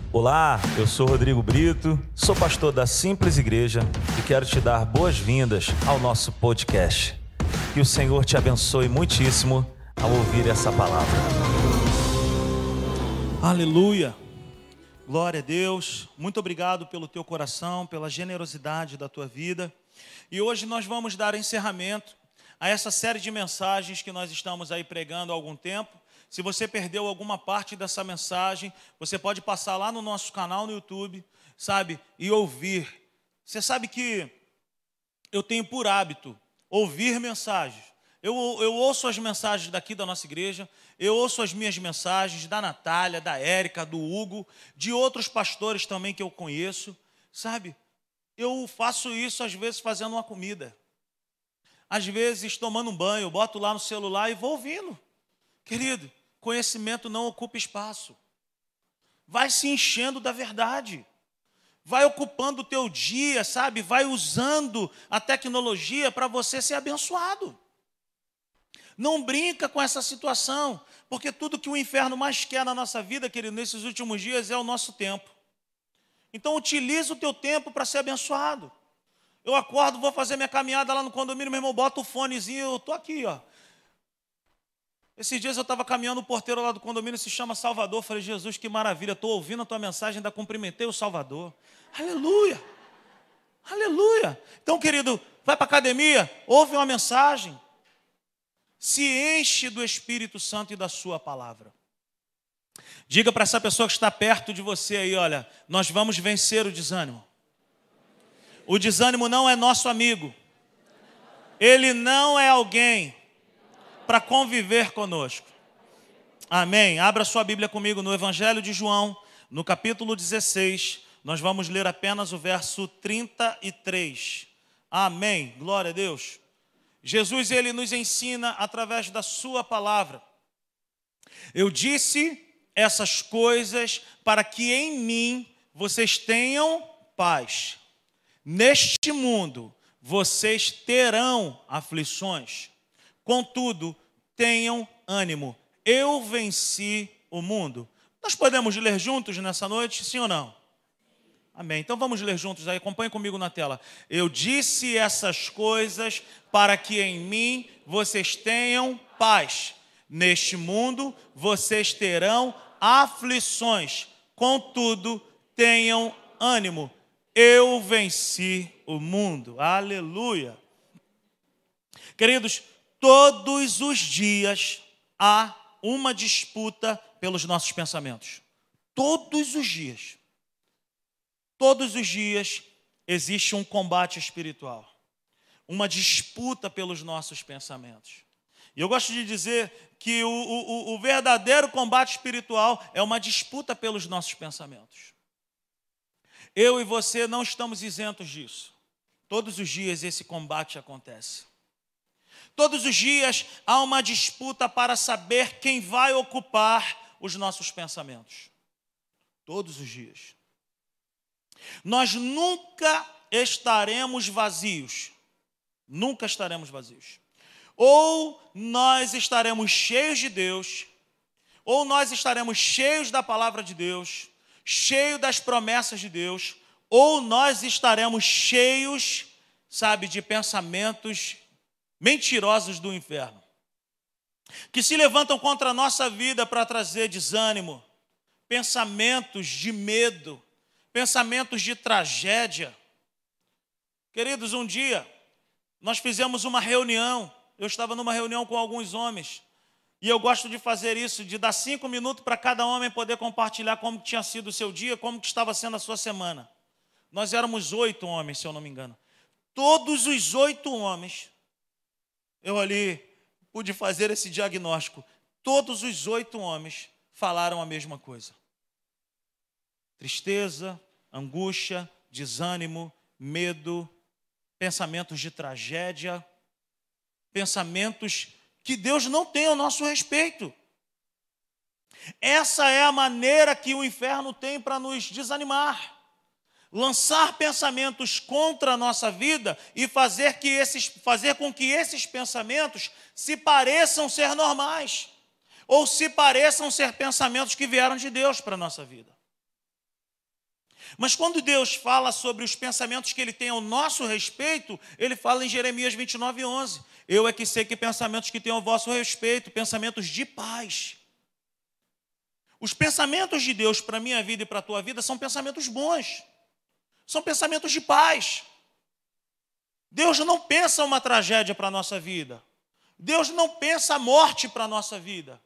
Olá, eu sou Rodrigo Brito, sou pastor da Simples Igreja e quero te dar boas-vindas ao nosso podcast. Que o Senhor te abençoe muitíssimo ao ouvir essa palavra. Aleluia, glória a Deus, muito obrigado pelo teu coração, pela generosidade da tua vida. E hoje nós vamos dar encerramento a essa série de mensagens que nós estamos aí pregando há algum tempo. Se você perdeu alguma parte dessa mensagem, você pode passar lá no nosso canal no YouTube, sabe, e ouvir. Você sabe que eu tenho por hábito ouvir mensagens. Eu ouço as mensagens daqui da nossa igreja, eu ouço as minhas mensagens da Natália, da Érica, do Hugo, de outros pastores também que eu conheço, sabe? Eu faço isso às vezes fazendo uma comida, às vezes tomando um banho, eu boto lá no celular e vou ouvindo. Querido, conhecimento não ocupa espaço. Vai se enchendo da verdade. Vai ocupando o teu dia, sabe? Vai usando a tecnologia para você ser abençoado. Não brinca com essa situação, porque tudo que o inferno mais quer na nossa vida, querido, nesses últimos dias é o nosso tempo. Então utiliza o teu tempo para ser abençoado. Eu acordo, vou fazer minha caminhada lá no condomínio, meu irmão, bota o fonezinho, eu estou aqui, ó. Esses dias eu estava caminhando, o porteiro lá do condomínio se chama Salvador. Eu falei, Jesus, que maravilha, estou ouvindo a tua mensagem, ainda cumprimentei o Salvador. Aleluia, aleluia. Então, querido, vai para a academia, ouve uma mensagem. Se enche do Espírito Santo e da sua palavra. Diga para essa pessoa que está perto de você aí, olha, nós vamos vencer o desânimo. O desânimo não é nosso amigo. Ele não é alguém para conviver conosco. Amém. Abra sua Bíblia comigo no Evangelho de João, no capítulo 16. Nós vamos ler apenas o verso 33. Amém. Glória a Deus. Jesus, ele nos ensina através da sua palavra. Eu disse essas coisas para que em mim vocês tenham paz. Neste mundo vocês terão aflições. Contudo, tenham ânimo. Eu venci o mundo. Nós podemos ler juntos nessa noite, sim ou não? Amém. Então vamos ler juntos aí. Acompanhe comigo na tela. Eu disse essas coisas para que em mim vocês tenham paz. Neste mundo vocês terão aflições. Contudo, tenham ânimo. Eu venci o mundo. Aleluia. Queridos, todos os dias há uma disputa pelos nossos pensamentos. Todos os dias. Todos os dias existe um combate espiritual. Uma disputa pelos nossos pensamentos. E eu gosto de dizer que o verdadeiro combate espiritual é uma disputa pelos nossos pensamentos. Eu e você não estamos isentos disso. Todos os dias esse combate acontece. Todos os dias há uma disputa para saber quem vai ocupar os nossos pensamentos. Todos os dias. Nós nunca estaremos vazios. Nunca estaremos vazios. Ou nós estaremos cheios de Deus, ou nós estaremos cheios da palavra de Deus, cheios das promessas de Deus, ou nós estaremos cheios, sabe, de pensamentos mentirosos do inferno, que se levantam contra a nossa vida para trazer desânimo, pensamentos de medo, pensamentos de tragédia. Queridos, um dia nós fizemos uma reunião, eu estava numa reunião com alguns homens, e eu gosto de fazer isso, de dar 5 minutos para cada homem poder compartilhar como tinha sido o seu dia, como que estava sendo a sua semana. Nós éramos 8 homens, se eu não me engano. Todos os 8 homens, eu ali pude fazer esse diagnóstico. Todos os 8 homens falaram a mesma coisa. Tristeza, angústia, desânimo, medo, pensamentos de tragédia, pensamentos que Deus não tem ao nosso respeito. Essa é a maneira que o inferno tem para nos desanimar. Lançar pensamentos contra a nossa vida e fazer com que esses pensamentos se pareçam ser normais. Ou se pareçam ser pensamentos que vieram de Deus para a nossa vida. Mas quando Deus fala sobre os pensamentos que Ele tem ao nosso respeito, Ele fala em Jeremias 29:11. Eu é que sei que pensamentos que tenho ao vosso respeito, pensamentos de paz. Os pensamentos de Deus para a minha vida e para a tua vida são pensamentos bons. São pensamentos de paz. Deus não pensa uma tragédia para a nossa vida. Deus não pensa a morte para a nossa vida.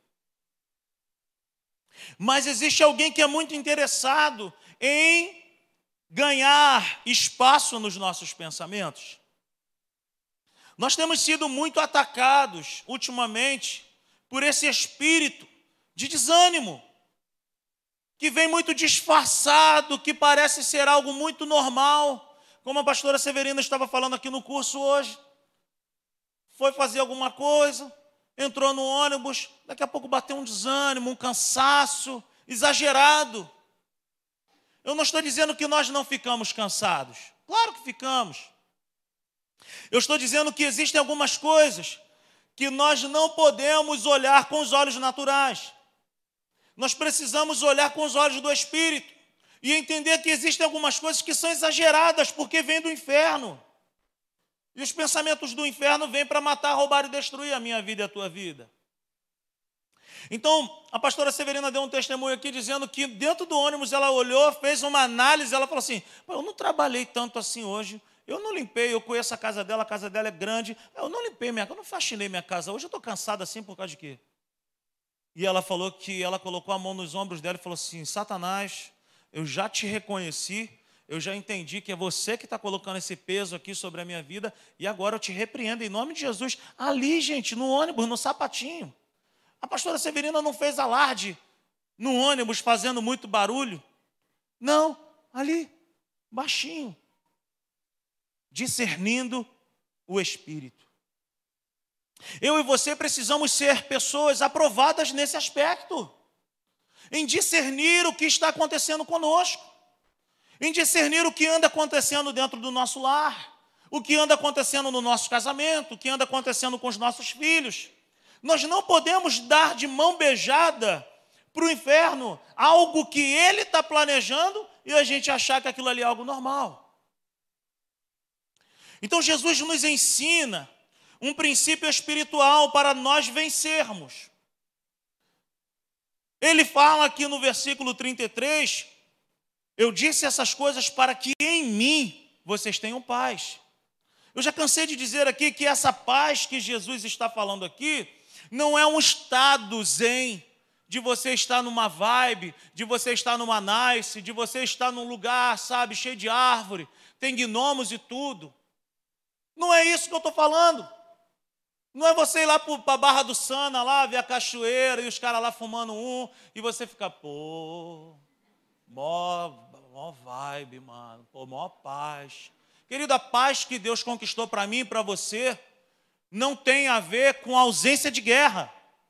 Mas existe alguém que é muito interessado em ganhar espaço nos nossos pensamentos. Nós temos sido muito atacados ultimamente por esse espírito de desânimo, que vem muito disfarçado, que parece ser algo muito normal, como a pastora Severina estava falando aqui no curso hoje. Foi fazer alguma coisa, entrou no ônibus, daqui a pouco bateu um desânimo, um cansaço exagerado. Eu não estou dizendo que nós não ficamos cansados. Claro que ficamos. Eu estou dizendo que existem algumas coisas que nós não podemos olhar com os olhos naturais. Nós precisamos olhar com os olhos do Espírito e entender que existem algumas coisas que são exageradas porque vêm do inferno. E os pensamentos do inferno vêm para matar, roubar e destruir a minha vida e a tua vida. Então, a pastora Severina deu um testemunho aqui dizendo que dentro do ônibus ela olhou, fez uma análise, ela falou assim: eu não trabalhei tanto assim hoje, eu não limpei, eu conheço a casa dela é grande, eu não limpei minha casa, eu não faxinei minha casa, hoje eu estou cansada assim por causa de quê? E ela falou que ela colocou a mão nos ombros dela e falou assim: Satanás, eu já te reconheci, eu já entendi que é você que está colocando esse peso aqui sobre a minha vida, e agora eu te repreendo em nome de Jesus. Ali, gente, no ônibus, no sapatinho. A pastora Severina não fez alarde no ônibus fazendo muito barulho. Não, ali, baixinho, discernindo o Espírito. Eu e você precisamos ser pessoas aprovadas nesse aspecto, em discernir o que está acontecendo conosco, em discernir o que anda acontecendo dentro do nosso lar, o que anda acontecendo no nosso casamento, o que anda acontecendo com os nossos filhos. Nós não podemos dar de mão beijada para o inferno algo que ele está planejando e a gente achar que aquilo ali é algo normal. Então Jesus nos ensina um princípio espiritual para nós vencermos. Ele fala aqui no versículo 33, eu disse essas coisas para que em mim vocês tenham paz. Eu já cansei de dizer aqui que essa paz que Jesus está falando aqui não é um estado zen, de você estar numa vibe, de você estar numa nice, de você estar num lugar, sabe, cheio de árvore, tem gnomos e tudo. Não é isso que eu estou falando. Não é você ir lá para a Barra do Sana, lá, ver a cachoeira e os caras lá fumando e você fica, pô, mó vibe, mano, pô, mó paz. Querido, a paz que Deus conquistou para mim e para você não tem a ver com a ausência de guerra.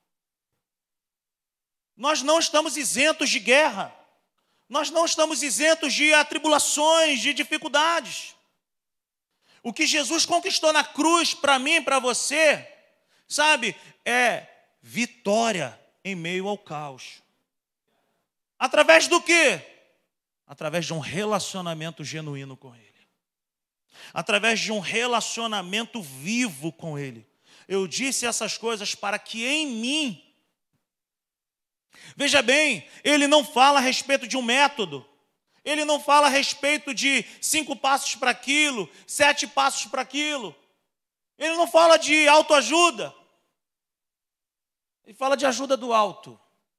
Nós não estamos isentos de guerra. Nós não estamos isentos de atribulações, de dificuldades. O que Jesus conquistou na cruz para mim e para você, sabe, é vitória em meio ao caos. Através do quê? Através de um relacionamento genuíno com Ele. Através de um relacionamento vivo com Ele. Eu disse essas coisas para que em mim... Veja bem, Ele não fala a respeito de um método. Ele não fala a respeito de 5 passos para aquilo, 7 passos para aquilo. Ele não fala de autoajuda. Ele fala de ajuda do alto.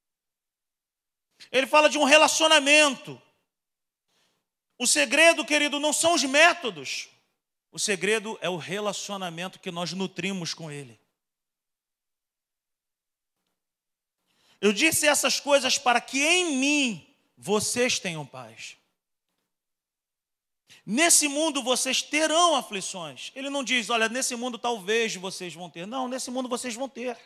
Ele fala de um relacionamento. O segredo, querido, não são os métodos. O segredo é o relacionamento que nós nutrimos com Ele. Eu disse essas coisas para que em mim vocês tenham paz. Nesse mundo vocês terão aflições. Ele não diz, olha, nesse mundo talvez vocês vão ter. Não, nesse mundo vocês vão ter.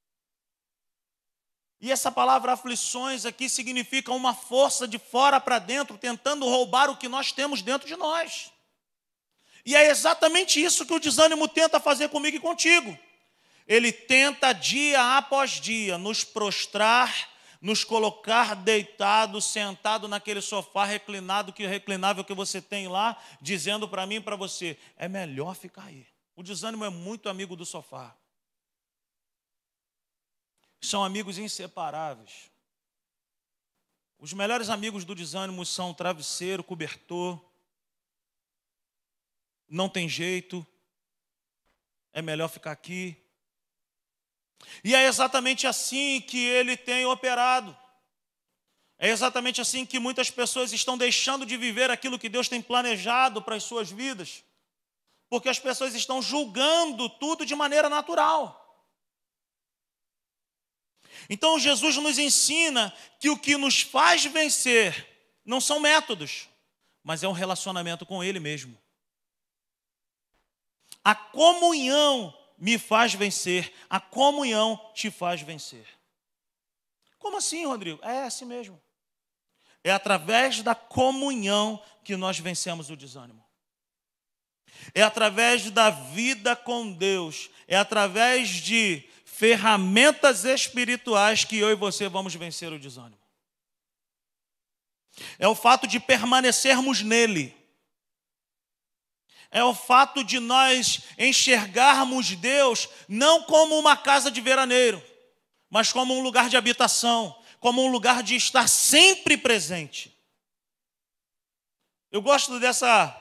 E essa palavra aflições aqui significa uma força de fora para dentro, tentando roubar o que nós temos dentro de nós. E é exatamente isso que o desânimo tenta fazer comigo e contigo. Ele tenta dia após dia nos prostrar, nos colocar deitado, sentado naquele sofá reclinável que você tem lá, dizendo para mim e para você, é melhor ficar aí. O desânimo é muito amigo do sofá. São amigos inseparáveis. Os melhores amigos do desânimo são travesseiro, cobertor. Não tem jeito. É melhor ficar aqui. E é exatamente assim que ele tem operado. É exatamente assim que muitas pessoas estão deixando de viver aquilo que Deus tem planejado para as suas vidas. Porque as pessoas estão julgando tudo de maneira natural. Então Jesus nos ensina que o que nos faz vencer não são métodos, mas é um relacionamento com Ele mesmo. A comunhão me faz vencer, a comunhão te faz vencer. Como assim, Rodrigo? É assim mesmo. É através da comunhão que nós vencemos o desânimo. É através da vida com Deus, é através de ferramentas espirituais que eu e você vamos vencer o desânimo. É o fato de permanecermos nele. É o fato de nós enxergarmos Deus não como uma casa de veraneiro, mas como um lugar de habitação, como um lugar de estar sempre presente. Eu gosto dessa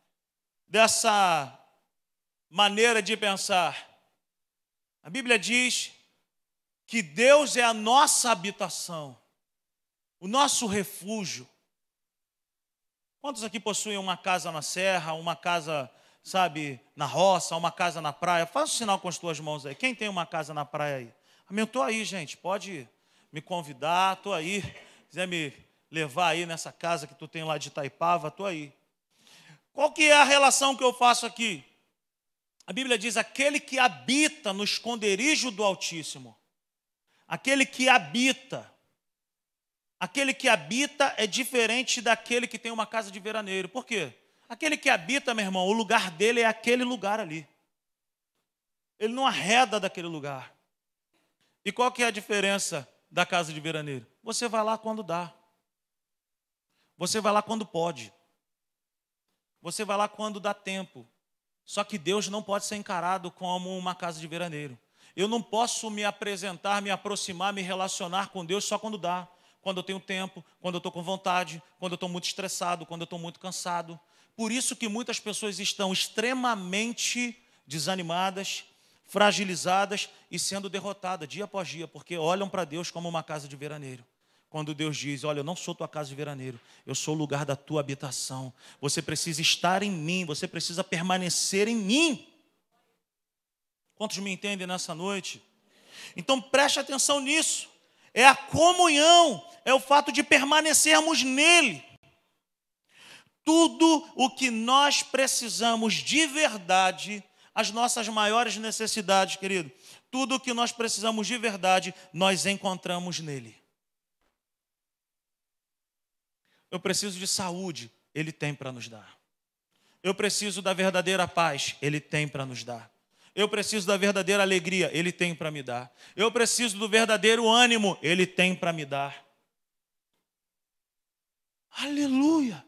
maneira de pensar. A Bíblia diz que Deus é a nossa habitação, o nosso refúgio. Quantos aqui possuem uma casa na serra, uma casa, sabe, na roça, uma casa na praia? Faz um sinal com as tuas mãos aí. Quem tem uma casa na praia aí? Amém, eu estou aí, gente. Pode me convidar, estou aí. Se quiser me levar aí nessa casa que tu tem lá de Itaipava, estou aí. Qual que é a relação que eu faço aqui? A Bíblia diz, aquele que habita no esconderijo do Altíssimo. Aquele que habita é diferente daquele que tem uma casa de veraneiro. Por quê? Aquele que habita, meu irmão, o lugar dele é aquele lugar ali. Ele não arreda daquele lugar. E qual que é a diferença da casa de veraneiro? Você vai lá quando dá. Você vai lá quando pode. Você vai lá quando dá tempo. Só que Deus não pode ser encarado como uma casa de veraneiro. Eu não posso me apresentar, me aproximar, me relacionar com Deus só quando dá. Quando eu tenho tempo, quando eu estou com vontade, quando eu estou muito estressado, quando eu estou muito cansado. Por isso que muitas pessoas estão extremamente desanimadas, fragilizadas e sendo derrotadas dia após dia, porque olham para Deus como uma casa de veraneiro. Quando Deus diz, olha, eu não sou tua casa de veraneiro, eu sou o lugar da tua habitação. Você precisa estar em mim, você precisa permanecer em mim. Quantos me entendem nessa noite? Então preste atenção nisso. É a comunhão, é o fato de permanecermos nele. Tudo o que nós precisamos de verdade, as nossas maiores necessidades, querido, tudo o que nós precisamos de verdade, nós encontramos nele. Eu preciso de saúde, Ele tem para nos dar. Eu preciso da verdadeira paz, Ele tem para nos dar. Eu preciso da verdadeira alegria, Ele tem para me dar. Eu preciso do verdadeiro ânimo, Ele tem para me dar. Aleluia!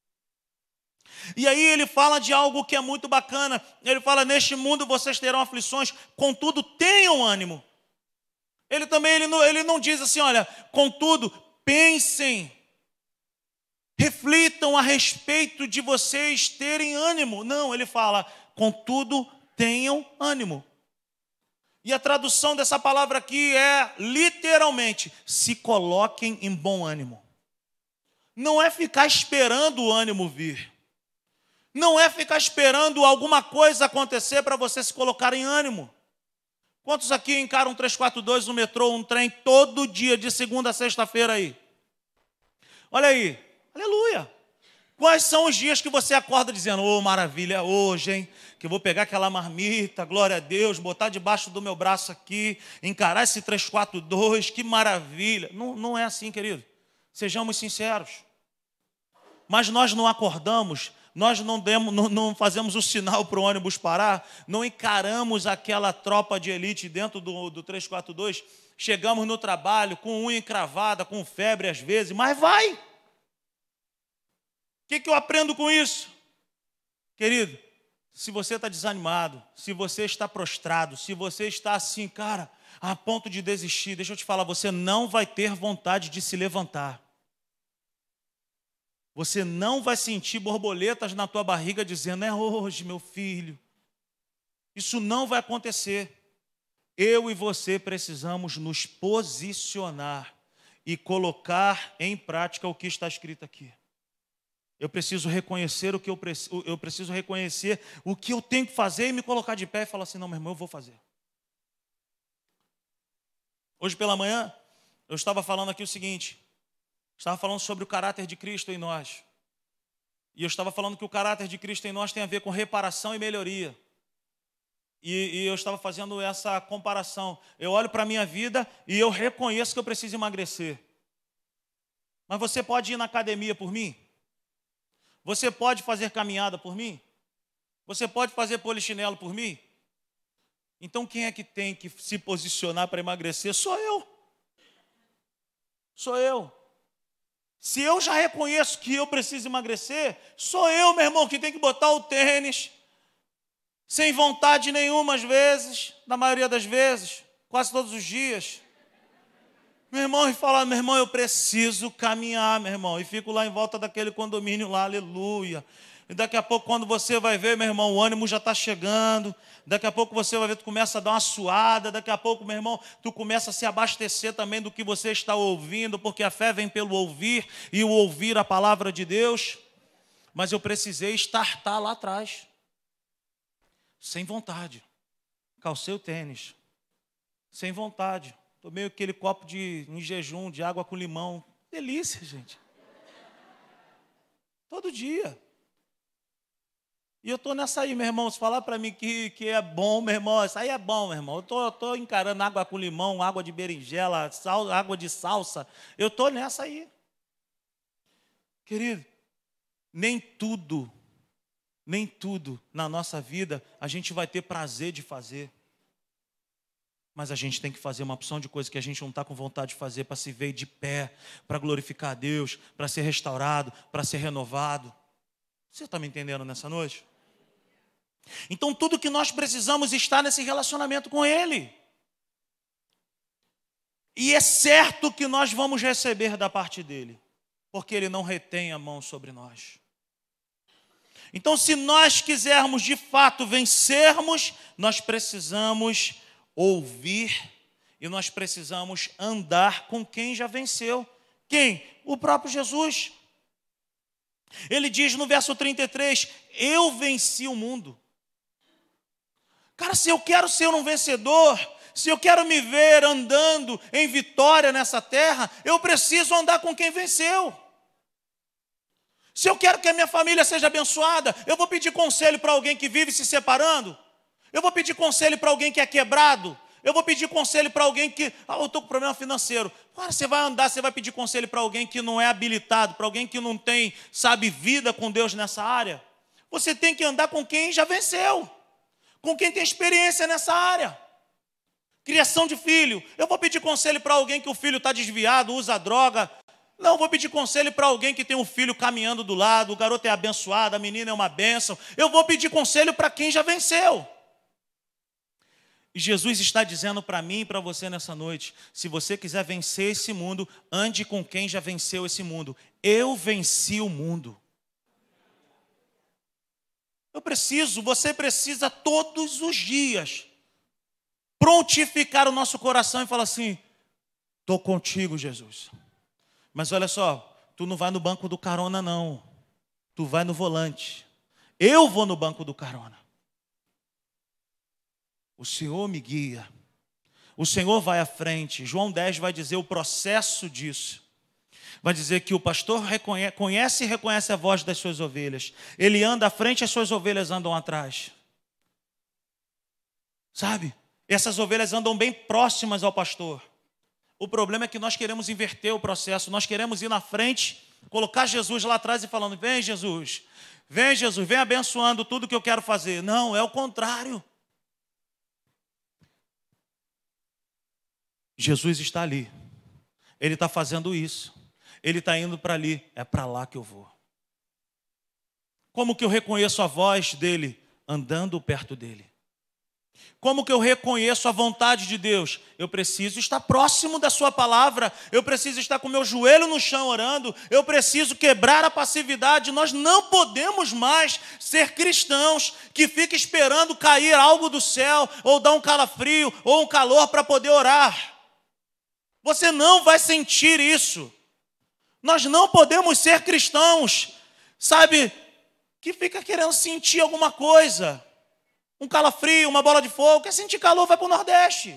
E aí ele fala de algo que é muito bacana. Ele fala, neste mundo vocês terão aflições, contudo tenham ânimo. Ele não diz assim, olha, contudo pensem, reflitam a respeito de vocês terem ânimo. Não, ele fala, contudo tenham ânimo. E a tradução dessa palavra aqui é literalmente, se coloquem em bom ânimo. Não é ficar esperando o ânimo vir. Não é ficar esperando alguma coisa acontecer para você se colocar em ânimo. Quantos aqui encaram um 342 no metrô, um trem, todo dia, de segunda a sexta-feira aí? Olha aí, aleluia. Quais são os dias que você acorda dizendo, oh, maravilha, hoje, hein? Que eu vou pegar aquela marmita, glória a Deus, botar debaixo do meu braço aqui, encarar esse 342, que maravilha. Não é assim, querido. Sejamos sinceros. Mas nós não acordamos, nós não fazemos o sinal para o ônibus parar, não encaramos aquela tropa de elite dentro do 342 chegamos no trabalho com unha encravada, com febre às vezes, mas vai. O que eu aprendo com isso? Querido, se você está desanimado, se você está prostrado, se você está assim, cara, a ponto de desistir, deixa eu te falar, você não vai ter vontade de se levantar. Você não vai sentir borboletas na tua barriga dizendo, é hoje, meu filho. Isso não vai acontecer. Eu e você precisamos nos posicionar e colocar em prática o que está escrito aqui. Eu preciso reconhecer eu preciso reconhecer o que eu tenho que fazer e me colocar de pé e falar assim, não, meu irmão, eu vou fazer. Hoje pela manhã, eu estava falando aqui o seguinte, estava falando sobre o caráter de Cristo em nós. E eu estava falando que o caráter de Cristo em nós tem a ver com reparação e melhoria. E eu estava fazendo essa comparação. Eu olho para a minha vida e eu reconheço que eu preciso emagrecer. Mas você pode ir na academia por mim? Você pode fazer caminhada por mim? Você pode fazer polichinelo por mim? Então quem é que tem que se posicionar para emagrecer? Sou eu. Sou eu. Se eu já reconheço que eu preciso emagrecer, sou eu, meu irmão, que tem que botar o tênis, sem vontade nenhuma às vezes, na maioria das vezes, quase todos os dias. Meu irmão, e falar, meu irmão, eu preciso caminhar, meu irmão. E fico lá em volta daquele condomínio lá, aleluia. E daqui a pouco, quando você vai ver, meu irmão, o ânimo já está chegando. Daqui a pouco você vai ver, tu começa a dar uma suada. Daqui a pouco, meu irmão, tu começa a se abastecer também do que você está ouvindo, porque a fé vem pelo ouvir e o ouvir a palavra de Deus. Mas eu precisei estartar lá atrás, sem vontade. Calcei o tênis, sem vontade. Tomei aquele copo em jejum de água com limão. Delícia, gente. Todo dia. E eu estou nessa aí, meu irmão. Se falar para mim que é bom, meu irmão, isso aí é bom, meu irmão. Eu estou encarando água com limão, água de berinjela, água de salsa. Eu estou nessa aí. Querido, nem tudo na nossa vida a gente vai ter prazer de fazer. Mas a gente tem que fazer uma opção de coisa que a gente não está com vontade de fazer para se ver de pé, para glorificar a Deus, para ser restaurado, para ser renovado. Você está me entendendo nessa noite? Então tudo que nós precisamos está nesse relacionamento com Ele. E é certo que nós vamos receber da parte dEle, porque Ele não retém a mão sobre nós. Então, se nós quisermos de fato vencermos, nós precisamos ouvir e nós precisamos andar com quem já venceu. Quem? O próprio Jesus. Ele diz no verso 33, eu venci o mundo. Cara, se eu quero ser um vencedor, se eu quero me ver andando em vitória nessa terra, eu preciso andar com quem venceu. Se eu quero que a minha família seja abençoada, eu vou pedir conselho para alguém que vive se separando? Eu vou pedir conselho para alguém que é quebrado? Eu vou pedir conselho para alguém que, eu estou com problema financeiro. Cara, você vai andar, você vai pedir conselho para alguém que não é habilitado, para alguém que não tem, vida com Deus nessa área? Você tem que andar com quem já venceu, com quem tem experiência nessa área. Criação de filho. Eu vou pedir conselho para alguém que o filho está desviado, usa droga. Não, vou pedir conselho para alguém que tem um filho caminhando do lado, o garoto é abençoado, a menina é uma bênção. Eu vou pedir conselho para quem já venceu. E Jesus está dizendo para mim e para você nessa noite, se você quiser vencer esse mundo, ande com quem já venceu esse mundo. Eu venci o mundo. Você precisa todos os dias prontificar o nosso coração e falar assim, estou contigo, Jesus. Mas olha só, tu não vai no banco do carona não, tu vai no volante. Eu vou no banco do carona. O Senhor me guia. O Senhor vai à frente. João 10 vai dizer o processo disso. Vai dizer que o pastor conhece e reconhece a voz das suas ovelhas. Ele anda à frente e as suas ovelhas andam atrás. Sabe? Essas ovelhas andam bem próximas ao pastor. O problema é que nós queremos inverter o processo. Nós queremos ir na frente, colocar Jesus lá atrás e falando, vem Jesus, vem abençoando tudo que eu quero fazer. Não, é o contrário. Jesus está ali. Ele está fazendo isso. Ele está indo para ali. É para lá que eu vou. Como que eu reconheço a voz dele? Andando perto dele. Como que eu reconheço a vontade de Deus? Eu preciso estar próximo da sua palavra. Eu preciso estar com meu joelho no chão orando. Eu preciso quebrar a passividade. Nós não podemos mais ser cristãos que ficam esperando cair algo do céu, ou dar um calafrio, ou um calor para poder orar. Você não vai sentir isso. Nós não podemos ser cristãos, sabe, que fica querendo sentir alguma coisa. Um calafrio, uma bola de fogo. Quer sentir calor, vai para o Nordeste.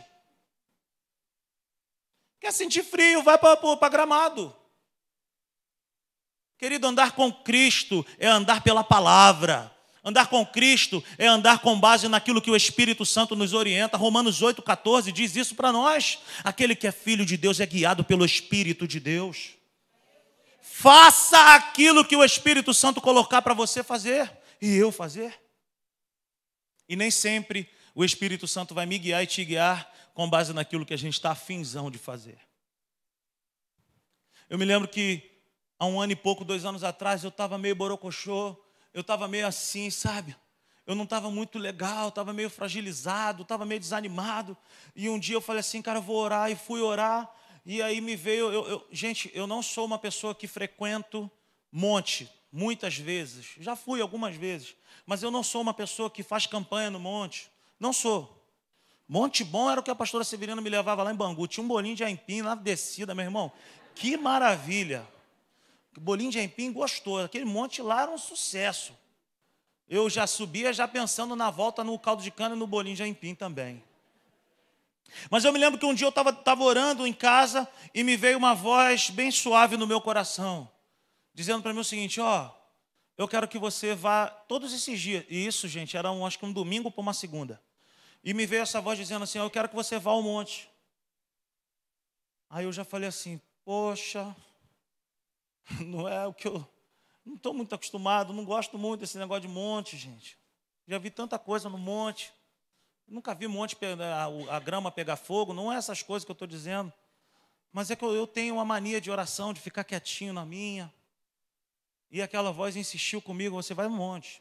Quer sentir frio, vai para Gramado. Querido, andar com Cristo é andar pela palavra. Andar com Cristo é andar com base naquilo que o Espírito Santo nos orienta. Romanos 8,14 diz isso para nós. Aquele que é filho de Deus é guiado pelo Espírito de Deus. Faça aquilo que o Espírito Santo colocar para você fazer e eu fazer. E nem sempre o Espírito Santo vai me guiar e te guiar com base naquilo que a gente está afinzão de fazer. Eu me lembro que há 1 ano e pouco, 2 anos atrás, eu estava meio borocochô, eu estava meio assim, sabe? Eu não estava muito legal, estava meio fragilizado, estava meio desanimado. E um dia eu falei assim, cara, eu vou orar, e fui orar. E aí me veio, gente, eu não sou uma pessoa que frequento monte, muitas vezes. Já fui algumas vezes. Mas eu não sou uma pessoa que faz campanha no monte. Não sou. Monte bom era o que a pastora Severina me levava lá em Bangu. Tinha um bolinho de aipim na descida, meu irmão. Que maravilha. Bolinho de aipim gostoso. Aquele monte lá era um sucesso. Eu já subia já pensando na volta no caldo de cana e no bolinho de aipim também. Mas eu me lembro que um dia eu estava orando em casa e me veio uma voz bem suave no meu coração, dizendo para mim o seguinte, eu quero que você vá todos esses dias. E isso, gente, era acho que um domingo para uma segunda. E me veio essa voz dizendo assim, eu quero que você vá ao monte. Aí eu já falei assim, poxa, não é o que eu... Não estou muito acostumado, não gosto muito desse negócio de monte, gente. Já vi tanta coisa no monte. Nunca vi monte, a grama pegar fogo, não é essas coisas que eu estou dizendo. Mas é que eu tenho uma mania de oração, de ficar quietinho na minha. E aquela voz insistiu comigo, você vai no monte.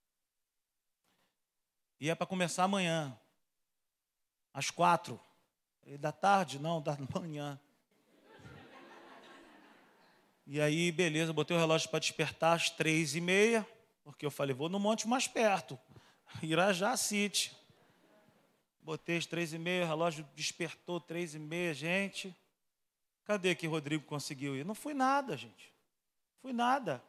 E é para começar amanhã, às 4 da tarde, não, da manhã. E aí, beleza, botei o relógio para despertar às 3h30, porque eu falei, vou no monte mais perto, Irajá City. Botei às 3h30, o relógio despertou 3h30, gente. Cadê que Rodrigo conseguiu ir? Não fui nada, gente. Fui nada.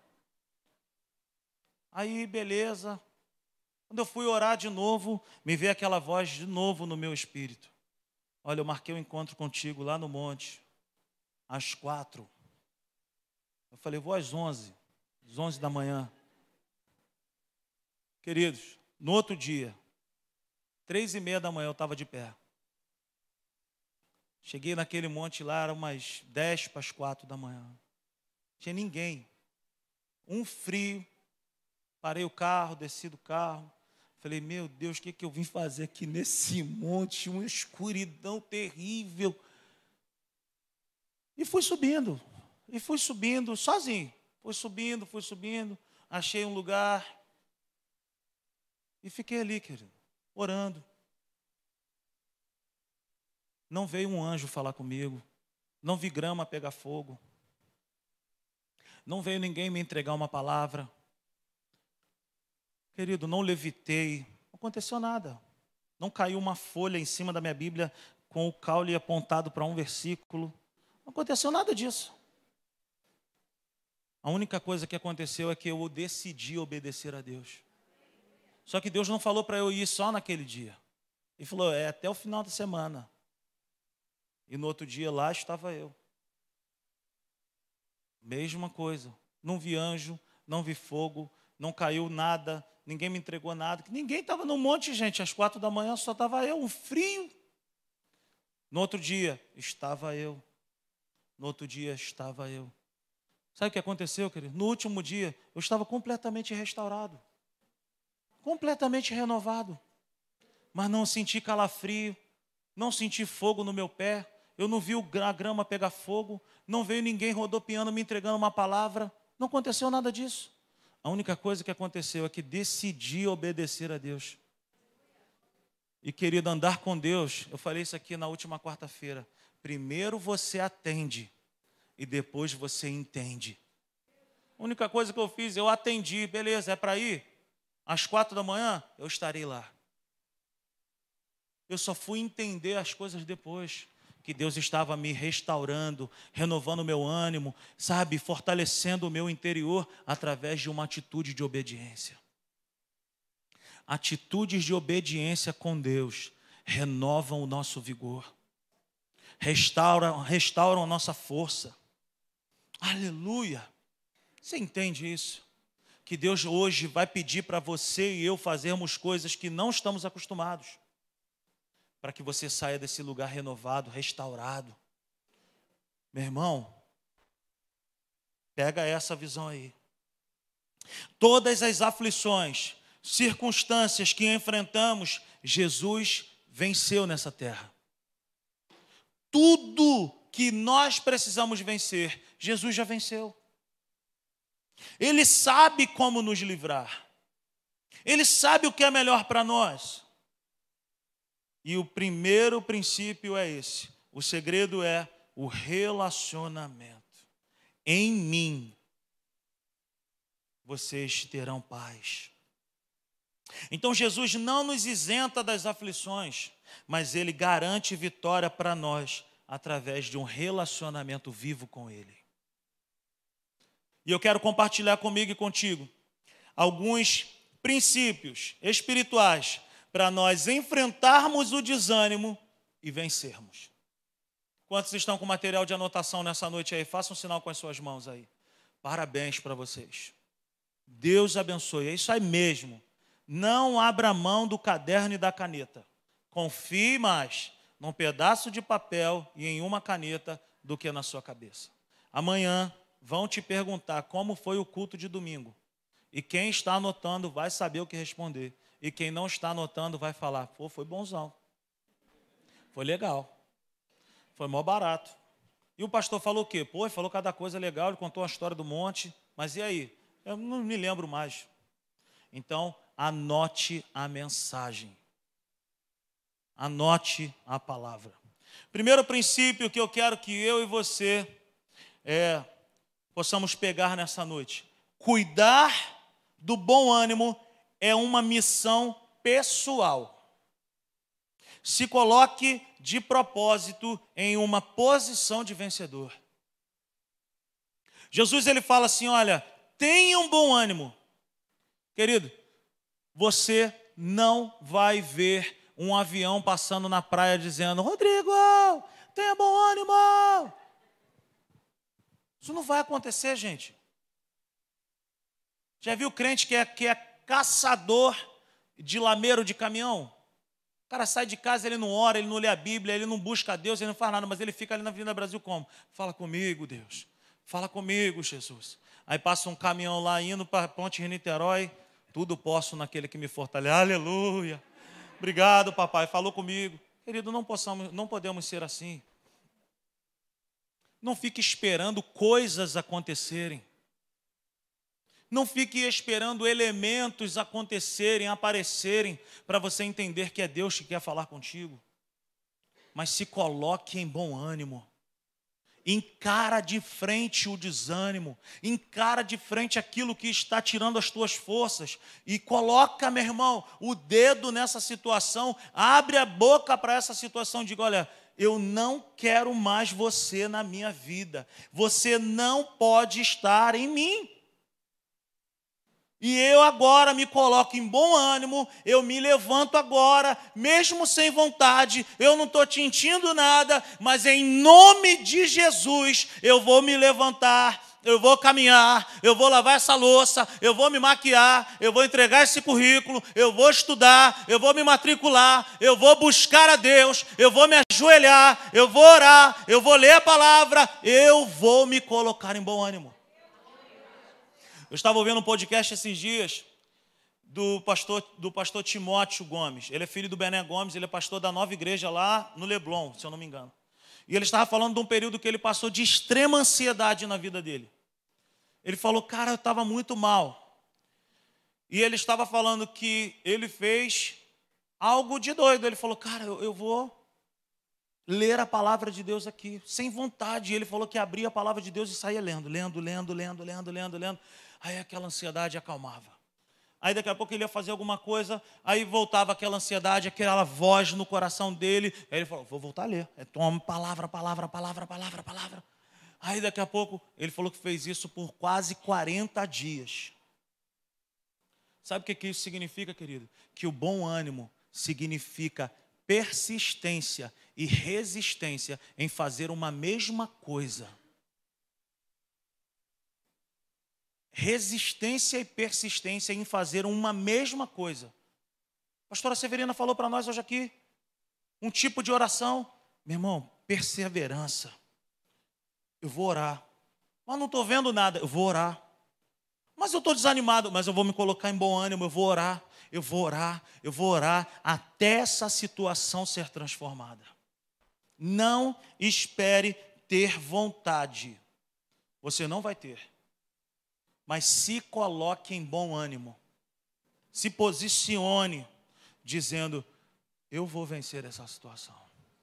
Aí, beleza. Quando eu fui orar de novo, me veio aquela voz de novo no meu espírito. Olha, eu marquei um encontro contigo lá no monte, às 4. Eu falei, vou às 11 da manhã. Queridos, no outro dia, 3h30 da manhã eu estava de pé. Cheguei naquele monte lá, era umas 10 para as 4 da manhã. Não tinha ninguém. Um frio. Parei o carro, desci do carro. Falei, meu Deus, o que eu vim fazer aqui nesse monte? Uma escuridão terrível. E fui subindo sozinho. Fui subindo. Achei um lugar. E fiquei ali, querido, orando. Não veio um anjo falar comigo. Não vi grama pegar fogo. Não veio ninguém me entregar uma palavra. Querido, não levitei. Não aconteceu nada. Não caiu uma folha em cima da minha Bíblia com o caule apontado para um versículo. Não aconteceu nada disso. A única coisa que aconteceu é que eu decidi obedecer a Deus. Só que Deus não falou para eu ir só naquele dia. Ele falou, até o final da semana. E no outro dia lá estava eu. Mesma coisa. Não vi anjo, não vi fogo, não caiu nada, ninguém me entregou nada. Ninguém estava no monte, gente. Às 4 da manhã só estava eu, um frio. No outro dia, estava eu. No outro dia, estava eu. Sabe o que aconteceu, querido? No último dia, eu estava completamente restaurado. Completamente renovado. Mas não senti calafrio, não senti fogo no meu pé. eu não vi a grama pegar fogo, não veio ninguém rodopiando, me entregando uma palavra, não aconteceu nada disso. A única coisa que aconteceu é que decidi obedecer a Deus. E, querido, andar com Deus, eu falei isso aqui na última quarta-feira, primeiro você atende e depois você entende. A única coisa que eu fiz, eu atendi, beleza, é para ir? Às 4 da manhã, eu estarei lá. Eu só fui entender as coisas depois, que Deus estava me restaurando, renovando o meu ânimo, sabe, fortalecendo o meu interior através de uma atitude de obediência. Atitudes de obediência com Deus renovam o nosso vigor, restauram a nossa força. Aleluia! Você entende isso? Que Deus hoje vai pedir para você e eu fazermos coisas que não estamos acostumados, para que você saia desse lugar renovado, restaurado. Meu irmão, pega essa visão aí. Todas as aflições, circunstâncias que enfrentamos, Jesus venceu nessa terra. Tudo que nós precisamos vencer, Jesus já venceu. Ele sabe como nos livrar. Ele sabe o que é melhor para nós. E o primeiro princípio é esse. O segredo é o relacionamento. Em mim, vocês terão paz. Então Jesus não nos isenta das aflições, mas Ele garante vitória para nós através de um relacionamento vivo com Ele. E eu quero compartilhar comigo e contigo alguns princípios espirituais para nós enfrentarmos o desânimo e vencermos. Quantos estão com material de anotação nessa noite aí? Façam um sinal com as suas mãos aí. Parabéns para vocês. Deus abençoe. É isso aí mesmo. Não abra mão do caderno e da caneta. Confie mais num pedaço de papel e em uma caneta do que na sua cabeça. Amanhã vão te perguntar como foi o culto de domingo. E quem está anotando vai saber o que responder. E quem não está anotando vai falar, pô, foi bonzão. Foi legal. Foi mó barato. E o pastor falou o quê? Pô, ele falou cada coisa legal, ele contou a história do monte. Mas e aí? Eu não me lembro mais. Então, anote a mensagem. Anote a palavra. Primeiro princípio que eu quero que eu e você possamos pegar nessa noite. Cuidar do bom ânimo é uma missão pessoal. Se coloque de propósito em uma posição de vencedor. Jesus ele fala assim, olha, tenha um bom ânimo. Querido, você não vai ver um avião passando na praia dizendo, Rodrigo, tenha bom ânimo. Isso não vai acontecer, gente. Já viu crente que é caçador de lameiro de caminhão? O cara sai de casa, ele não ora, ele não lê a Bíblia, ele não busca a Deus, ele não faz nada, mas ele fica ali na Avenida Brasil como? Fala comigo, Deus. Fala comigo, Jesus. Aí passa um caminhão lá indo para a Ponte Rio-Niterói. Tudo posso naquele que me fortalece. Aleluia. Obrigado, papai. Falou comigo. Querido, não podemos ser assim. Não fique esperando coisas acontecerem. Não fique esperando elementos acontecerem, aparecerem, para você entender que é Deus que quer falar contigo. Mas se coloque em bom ânimo. Encara de frente o desânimo. Encara de frente aquilo que está tirando as tuas forças. E coloca, meu irmão, o dedo nessa situação. Abre a boca para essa situação. Diga, olha, eu não quero mais você na minha vida. Você não pode estar em mim. E eu agora me coloco em bom ânimo, eu me levanto agora, mesmo sem vontade, eu não estou sentindo nada, mas em nome de Jesus, eu vou me levantar, eu vou caminhar, eu vou lavar essa louça, eu vou me maquiar, eu vou entregar esse currículo, eu vou estudar, eu vou me matricular, eu vou buscar a Deus, eu vou me ajoelhar, eu vou orar, eu vou ler a palavra, eu vou me colocar em bom ânimo. Eu estava ouvindo um podcast esses dias do pastor Timóteo Gomes. Ele é filho do Bené Gomes, ele é pastor da nova igreja lá no Leblon, se eu não me engano. E ele estava falando de um período que ele passou de extrema ansiedade na vida dele. Ele falou, cara, eu estava muito mal. E ele estava falando que ele fez algo de doido. Ele falou, cara, eu vou ler a palavra de Deus aqui, sem vontade. E ele falou que abria a palavra de Deus e saía lendo. Aí aquela ansiedade acalmava. Aí daqui a pouco ele ia fazer alguma coisa, aí voltava aquela ansiedade, aquela voz no coração dele. Aí ele falou, vou voltar a ler. Toma palavra. Aí daqui a pouco ele falou que fez isso por quase 40 dias. Sabe o que isso significa, querido? Que o bom ânimo significa persistência e resistência em fazer uma mesma coisa. Resistência e persistência em fazer uma mesma coisa. A pastora Severina falou para nós hoje aqui um tipo de oração. Meu irmão, perseverança. Eu vou orar. Mas não estou vendo nada. Eu vou orar. Mas eu estou desanimado. Mas eu vou me colocar em bom ânimo. Eu vou orar até essa situação ser transformada. Não espere ter vontade. Você não vai ter. Mas se coloque em bom ânimo. Se posicione dizendo, eu vou vencer essa situação.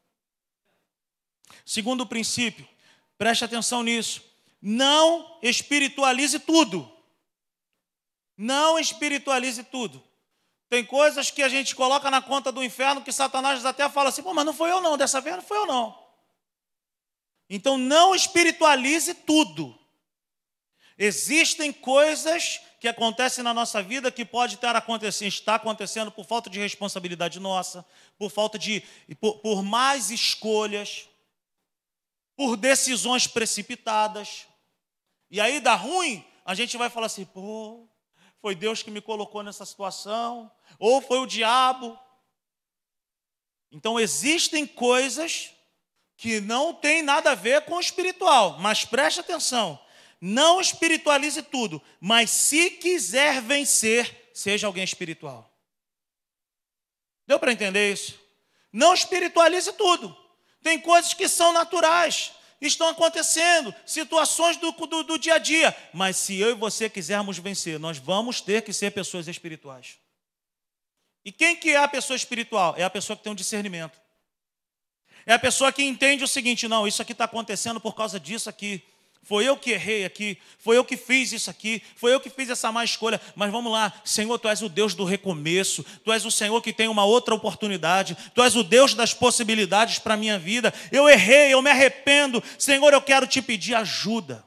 Segundo princípio, preste atenção nisso. Não espiritualize tudo. Não espiritualize tudo. Tem coisas que a gente coloca na conta do inferno que Satanás até fala assim, pô, mas não foi eu não, dessa vez não foi eu não. Então não espiritualize tudo. Existem coisas que acontecem na nossa vida que pode estar acontecendo por falta de responsabilidade nossa, por más escolhas, por decisões precipitadas. E aí dá ruim, a gente vai falar assim, pô, foi Deus que me colocou nessa situação, ou foi o diabo. Então existem coisas que não tem nada a ver com o espiritual, mas preste atenção. Não espiritualize tudo, mas se quiser vencer, seja alguém espiritual. Deu para entender isso? Não espiritualize tudo. Tem coisas que são naturais, estão acontecendo, situações do dia a dia. Mas se eu e você quisermos vencer, nós vamos ter que ser pessoas espirituais. E quem que é a pessoa espiritual? É a pessoa que tem um discernimento. É a pessoa que entende o seguinte, não, isso aqui está acontecendo por causa disso aqui. Foi eu que errei aqui, foi eu que fiz isso aqui, foi eu que fiz essa má escolha, mas vamos lá, Senhor, Tu és o Deus do recomeço, Tu és o Senhor que tem uma outra oportunidade, Tu és o Deus das possibilidades para a minha vida, eu errei, eu me arrependo, Senhor, eu quero Te pedir ajuda.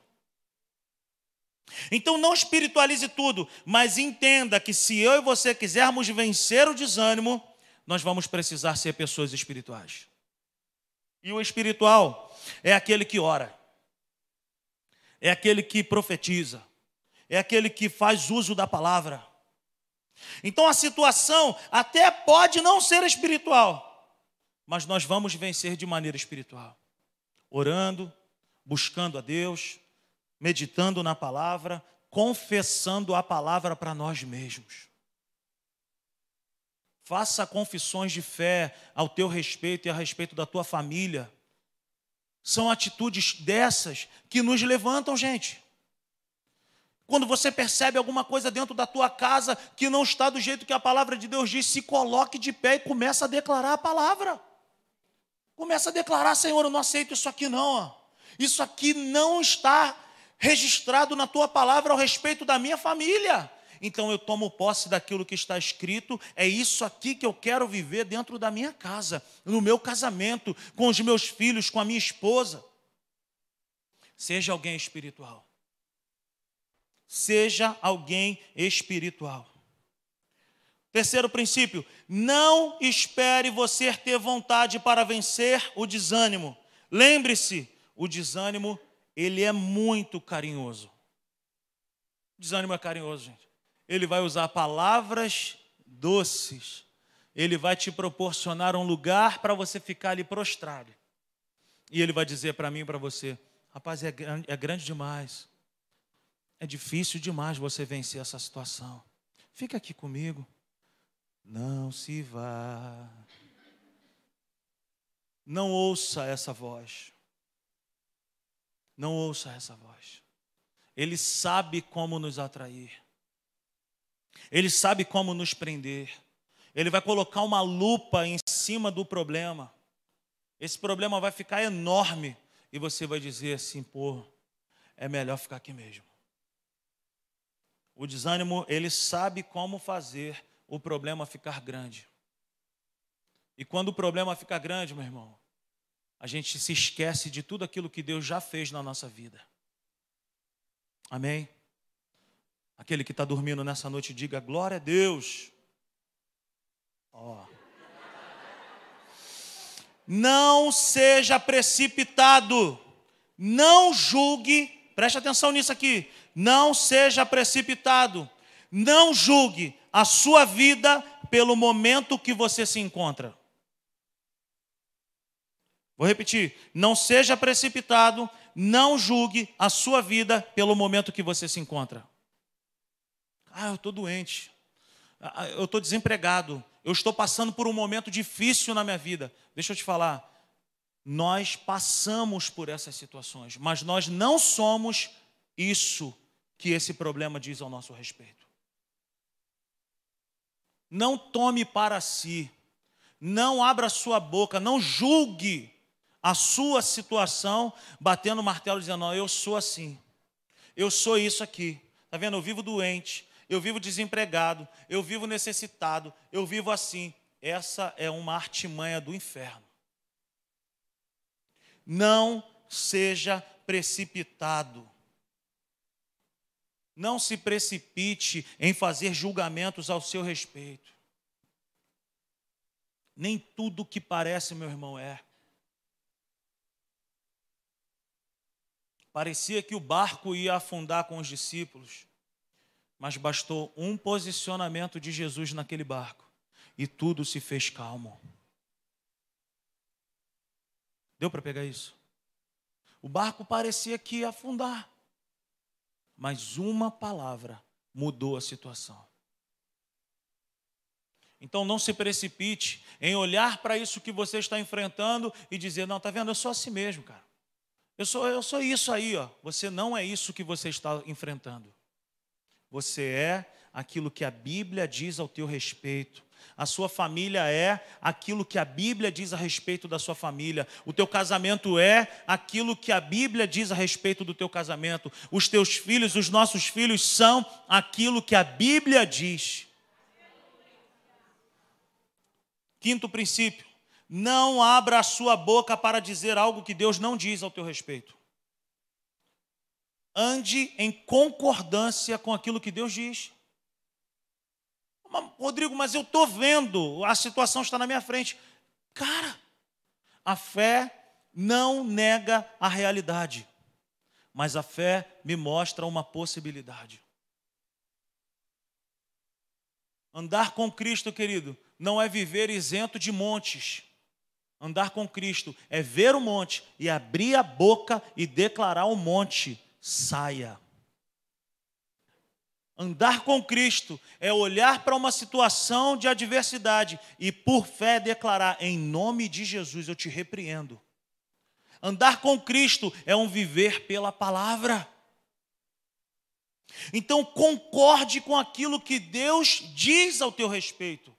Então não espiritualize tudo, mas entenda que se eu e você quisermos vencer o desânimo, nós vamos precisar ser pessoas espirituais. E o espiritual é aquele que ora. É aquele que profetiza, é aquele que faz uso da palavra. Então a situação até pode não ser espiritual, mas nós vamos vencer de maneira espiritual. Orando, buscando a Deus, meditando na palavra, confessando a palavra para nós mesmos. Faça confissões de fé ao teu respeito e a respeito da tua família. São atitudes dessas que nos levantam, gente. Quando você percebe alguma coisa dentro da tua casa que não está do jeito que a palavra de Deus diz, se coloque de pé e começa a declarar a palavra. Começa a declarar, Senhor, eu não aceito isso aqui não. Isso aqui não está registrado na tua palavra ao respeito da minha família. Então eu tomo posse daquilo que está escrito, é isso aqui que eu quero viver dentro da minha casa, no meu casamento, com os meus filhos, com a minha esposa. Seja alguém espiritual. Seja alguém espiritual. Terceiro princípio, não espere você ter vontade para vencer o desânimo. Lembre-se, o desânimo, ele é muito carinhoso. O desânimo é carinhoso, gente. Ele vai usar palavras doces. Ele vai te proporcionar um lugar para você ficar ali prostrado. E ele vai dizer para mim e para você, rapaz, é grande demais. É difícil demais você vencer essa situação. Fica aqui comigo. Não se vá. Não ouça essa voz. Não ouça essa voz. Ele sabe como nos atrair. Ele sabe como nos prender. Ele vai colocar uma lupa em cima do problema. Esse problema vai ficar enorme. E você vai dizer assim, pô, é melhor ficar aqui mesmo. O desânimo, ele sabe como fazer o problema ficar grande. E quando o problema fica grande, meu irmão, a gente se esquece de tudo aquilo que Deus já fez na nossa vida. Amém? Aquele que está dormindo nessa noite, diga glória a Deus. Ó. Não seja precipitado. Não julgue. Preste atenção nisso aqui. Não seja precipitado. Não julgue a sua vida pelo momento que você se encontra. Vou repetir. Não seja precipitado. Não julgue a sua vida pelo momento que você se encontra. Eu estou doente. Eu estou desempregado. Eu estou passando por um momento difícil na minha vida. Deixa eu te falar. Nós passamos por essas situações, mas nós não somos isso que esse problema diz ao nosso respeito. Não tome para si. Não abra sua boca. Não julgue a sua situação batendo o martelo dizendo, não, eu sou assim. Eu sou isso aqui. Está vendo? Eu vivo doente. Eu vivo desempregado, eu vivo necessitado, eu vivo assim. Essa é uma artimanha do inferno. Não seja precipitado. Não se precipite em fazer julgamentos ao seu respeito. Nem tudo que parece, meu irmão, é. Parecia que o barco ia afundar com os discípulos. Mas bastou um posicionamento de Jesus naquele barco e tudo se fez calmo. Deu para pegar isso? O barco parecia que ia afundar, mas uma palavra mudou a situação. Então não se precipite em olhar para isso que você está enfrentando e dizer, não, tá vendo, eu sou assim mesmo, cara. Eu sou isso aí, ó. Você não é isso que você está enfrentando. Você é aquilo que a Bíblia diz ao teu respeito. A sua família é aquilo que a Bíblia diz a respeito da sua família. O teu casamento é aquilo que a Bíblia diz a respeito do teu casamento. Os teus filhos, os nossos filhos são aquilo que a Bíblia diz. Quinto princípio. Não abra a sua boca para dizer algo que Deus não diz ao teu respeito. Ande em concordância com aquilo que Deus diz. Rodrigo, mas eu estou vendo, a situação está na minha frente. Cara, a fé não nega a realidade, mas a fé me mostra uma possibilidade. Andar com Cristo, querido, não é viver isento de montes. Andar com Cristo é ver o monte e abrir a boca e declarar o monte. Saia. Andar com Cristo é olhar para uma situação de adversidade e por fé declarar, em nome de Jesus eu te repreendo. Andar com Cristo é um viver pela palavra. Então concorde com aquilo que Deus diz ao teu respeito.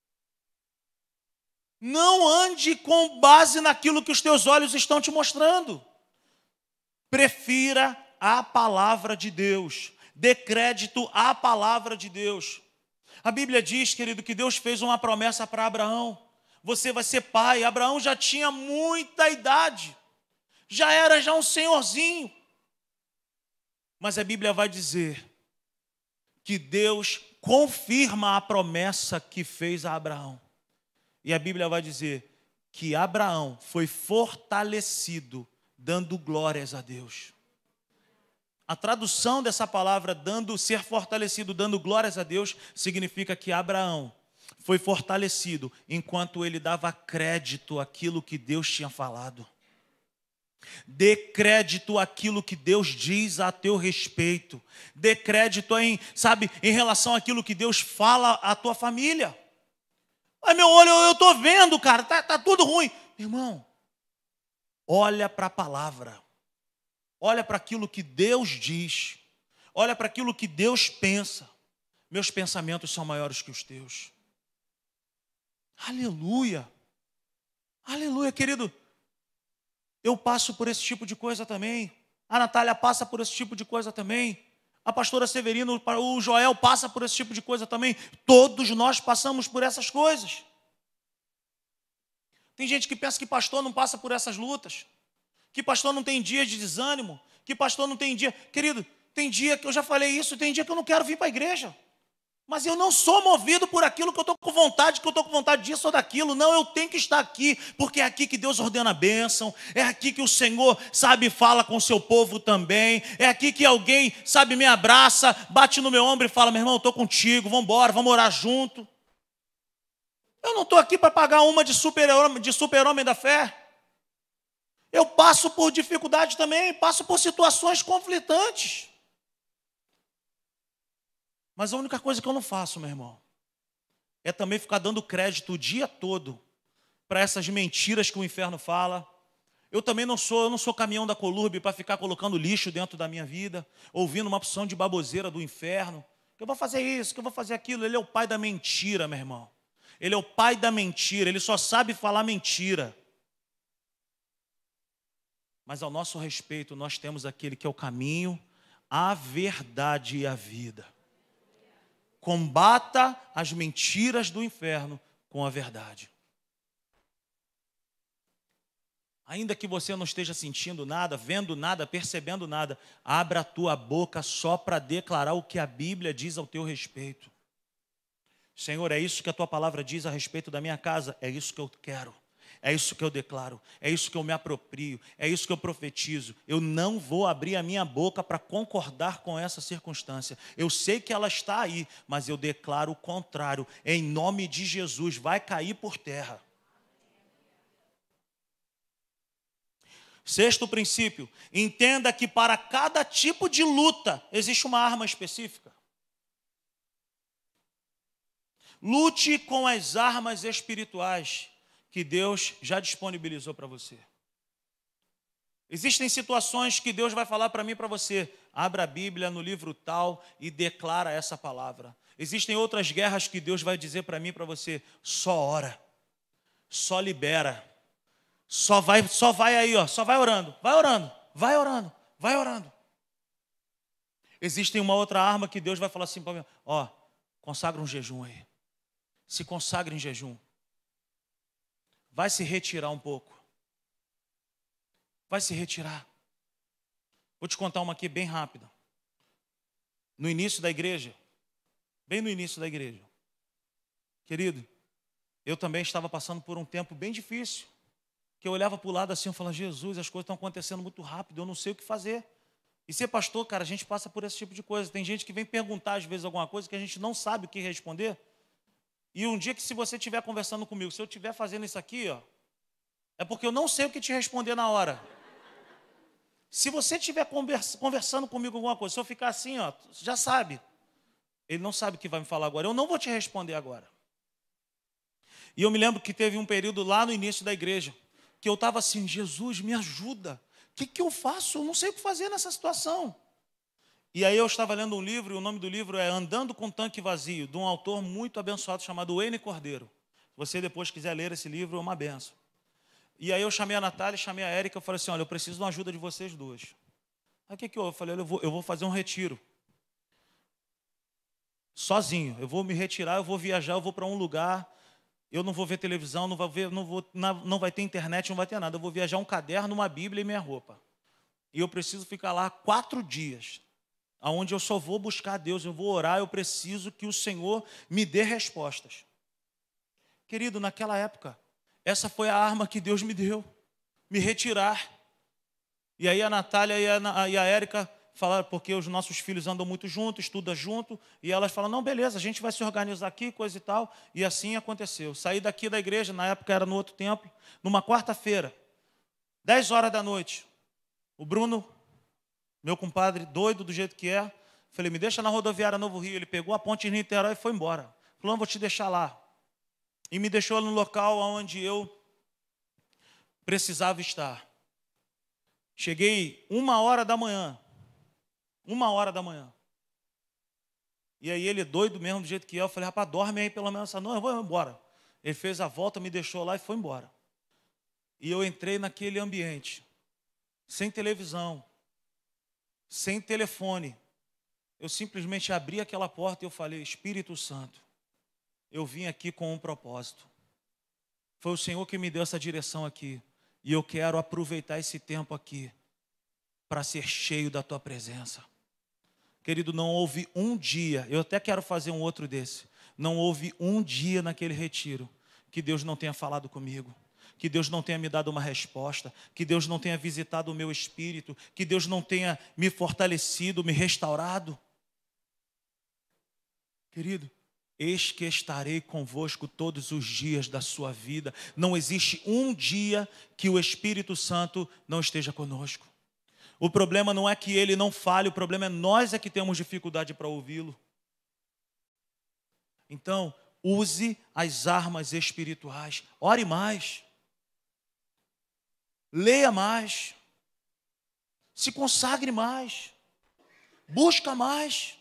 Não ande com base naquilo que os teus olhos estão te mostrando. Prefira a palavra de Deus. Dê crédito à palavra de Deus. A Bíblia diz, querido, que Deus fez uma promessa para Abraão. Você vai ser pai. Abraão já tinha muita idade. Já era um senhorzinho. Mas a Bíblia vai dizer que Deus confirma a promessa que fez a Abraão. E a Bíblia vai dizer que Abraão foi fortalecido dando glórias a Deus. A tradução dessa palavra, ser fortalecido, dando glórias a Deus, significa que Abraão foi fortalecido enquanto ele dava crédito àquilo que Deus tinha falado. Dê crédito àquilo que Deus diz a teu respeito. Dê crédito em relação àquilo que Deus fala à tua família. Ai, meu olho, eu estou vendo, cara, tá tudo ruim. Irmão, olha para a palavra. Olha para aquilo que Deus diz. Olha para aquilo que Deus pensa. Meus pensamentos são maiores que os teus. Aleluia. Aleluia, querido. Eu passo por esse tipo de coisa também. A Natália passa por esse tipo de coisa também. A pastora Severina, o Joel passa por esse tipo de coisa também. Todos nós passamos por essas coisas. Tem gente que pensa que pastor não passa por essas lutas. Que pastor não tem dia de desânimo. Que pastor não tem dia... Querido, tem dia que eu já falei isso, tem dia que eu não quero vir para a igreja. Mas eu não sou movido por aquilo que eu estou com vontade, disso ou daquilo. Não, eu tenho que estar aqui, porque é aqui que Deus ordena a bênção. É aqui que o Senhor, sabe, fala com o seu povo também. É aqui que alguém, sabe, me abraça, bate no meu ombro e fala, meu irmão, eu estou contigo, vamos embora, vamos orar junto. Eu não estou aqui para pagar uma de super-homem da fé. Eu passo por dificuldade também, passo por situações conflitantes. Mas a única coisa que eu não faço, meu irmão, é também ficar dando crédito o dia todo para essas mentiras que o inferno fala. Eu não sou caminhão da Colurbe para ficar colocando lixo dentro da minha vida, ouvindo uma opção de baboseira do inferno. Que eu vou fazer isso, que eu vou fazer aquilo. Ele é o pai da mentira, meu irmão. Ele é o pai da mentira, ele só sabe falar mentira. Mas ao nosso respeito, nós temos aquele que é o caminho, a verdade e a vida. Combata as mentiras do inferno com a verdade. Ainda que você não esteja sentindo nada, vendo nada, percebendo nada, abra a tua boca só para declarar o que a Bíblia diz ao teu respeito. Senhor, é isso que a tua palavra diz a respeito da minha casa, é isso que eu quero. É isso que eu declaro, é isso que eu me aproprio, é isso que eu profetizo. Eu não vou abrir a minha boca para concordar com essa circunstância. Eu sei que ela está aí, mas eu declaro o contrário. Em nome de Jesus, vai cair por terra. Sexto princípio, entenda que para cada tipo de luta existe uma arma específica. Lute com as armas espirituais que Deus já disponibilizou para você. Existem situações que Deus vai falar para mim e para você. Abra a Bíblia no livro tal e declara essa palavra. Existem outras guerras que Deus vai dizer para mim e para você. Só ora, só libera, só vai aí, ó, só vai orando, vai orando, vai orando, vai orando. Existe uma outra arma que Deus vai falar assim para mim, ó, consagra um jejum aí. Se consagra em jejum. Vai se retirar um pouco. Vai se retirar. Vou te contar uma aqui bem rápida. No início da igreja, bem no início da igreja, querido, eu também estava passando por um tempo bem difícil, que eu olhava para o lado assim, eu falava, Jesus, as coisas estão acontecendo muito rápido, eu não sei o que fazer. E ser pastor, cara, a gente passa por esse tipo de coisa. Tem gente que vem perguntar às vezes alguma coisa que a gente não sabe o que responder. E um dia que se você estiver conversando comigo, se eu estiver fazendo isso aqui, ó, é porque eu não sei o que te responder na hora. Se você estiver conversando comigo alguma coisa, se eu ficar assim, ó, já sabe. Ele não sabe o que vai me falar agora. Eu não vou te responder agora. E eu me lembro que teve um período lá no início da igreja, que eu estava assim, Jesus, me ajuda. O que eu faço? Eu não sei o que fazer nessa situação. E aí eu estava lendo um livro, e o nome do livro é Andando com Tanque Vazio, de um autor muito abençoado chamado Wayne Cordeiro. Se você depois quiser ler esse livro, é uma benção. E aí eu chamei a Natália, chamei a Érica, eu falei assim, olha, eu preciso da ajuda de vocês duas. Aí o que houve? Eu falei, eu vou fazer um retiro. Sozinho, eu vou me retirar, eu vou viajar, eu vou para um lugar, eu não vou ver televisão, não vai ter internet, não vai ter nada. Eu vou viajar um caderno, uma Bíblia e minha roupa. E eu preciso ficar lá 4 dias. Onde eu só vou buscar a Deus, eu vou orar, eu preciso que o Senhor me dê respostas. Querido, naquela época, essa foi a arma que Deus me deu, me retirar. E aí a Natália e a Érica falaram, porque os nossos filhos andam muito juntos, estudam junto, e elas falaram, não, beleza, a gente vai se organizar aqui, coisa e tal, e assim aconteceu. Saí daqui da igreja, na época era no outro templo, numa quarta-feira, 10 horas da noite, o Bruno, meu compadre, doido do jeito que é, falei, me deixa na rodoviária Novo Rio. Ele pegou a ponte em Niterói e foi embora. Falou, não, vou te deixar lá. E me deixou no local onde eu precisava estar. Cheguei 1h da manhã. 1h da manhã. E aí ele doido mesmo, do jeito que é. Eu falei, rapaz, dorme aí pelo menos essa noite, eu vou embora. Ele fez a volta, me deixou lá e foi embora. E eu entrei naquele ambiente, sem televisão, sem telefone. Eu simplesmente abri aquela porta e eu falei, Espírito Santo, eu vim aqui com um propósito. Foi o Senhor que me deu essa direção aqui. E eu quero aproveitar esse tempo aqui para ser cheio da tua presença. Querido, não houve um dia, eu até quero fazer um outro desse. Não houve um dia naquele retiro que Deus não tenha falado comigo, que Deus não tenha me dado uma resposta, que Deus não tenha visitado o meu espírito, que Deus não tenha me fortalecido, me restaurado. Querido, eis que estarei convosco todos os dias da sua vida. Não existe um dia que o Espírito Santo não esteja conosco. O problema não é que ele não fale, o problema é nós que temos dificuldade para ouvi-lo. Então, use as armas espirituais. Ore mais. Leia mais. Se consagre mais. Busca mais.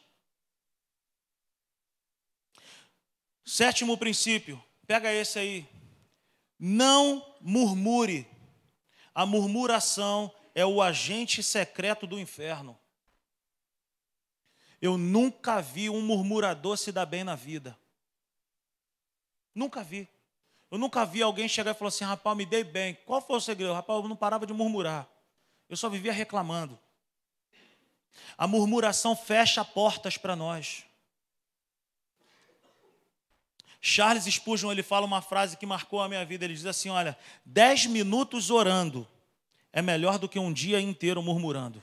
7º princípio, pega esse aí. Não murmure. A murmuração é o agente secreto do inferno. Eu nunca vi um murmurador se dar bem na vida. Nunca vi. Eu nunca vi alguém chegar e falar assim, rapaz, me dei bem. Qual foi o segredo? Rapaz, eu não parava de murmurar. Eu só vivia reclamando. A murmuração fecha portas para nós. Charles Spurgeon, ele fala uma frase que marcou a minha vida. Ele diz assim, olha, 10 minutos orando é melhor do que um dia inteiro murmurando.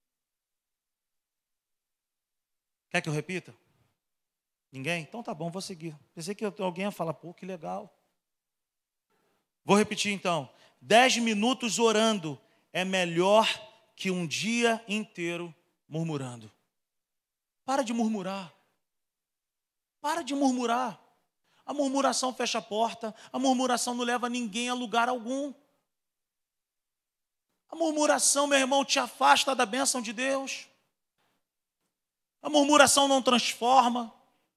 Quer que eu repita? Ninguém? Então tá bom, vou seguir. Pensei que alguém ia falar, pô, que legal. Vou repetir então. 10 minutos orando é melhor que um dia inteiro murmurando. Para de murmurar. Para de murmurar. A murmuração fecha a porta. A murmuração não leva ninguém a lugar algum. A murmuração, meu irmão, te afasta da bênção de Deus. A murmuração não transforma.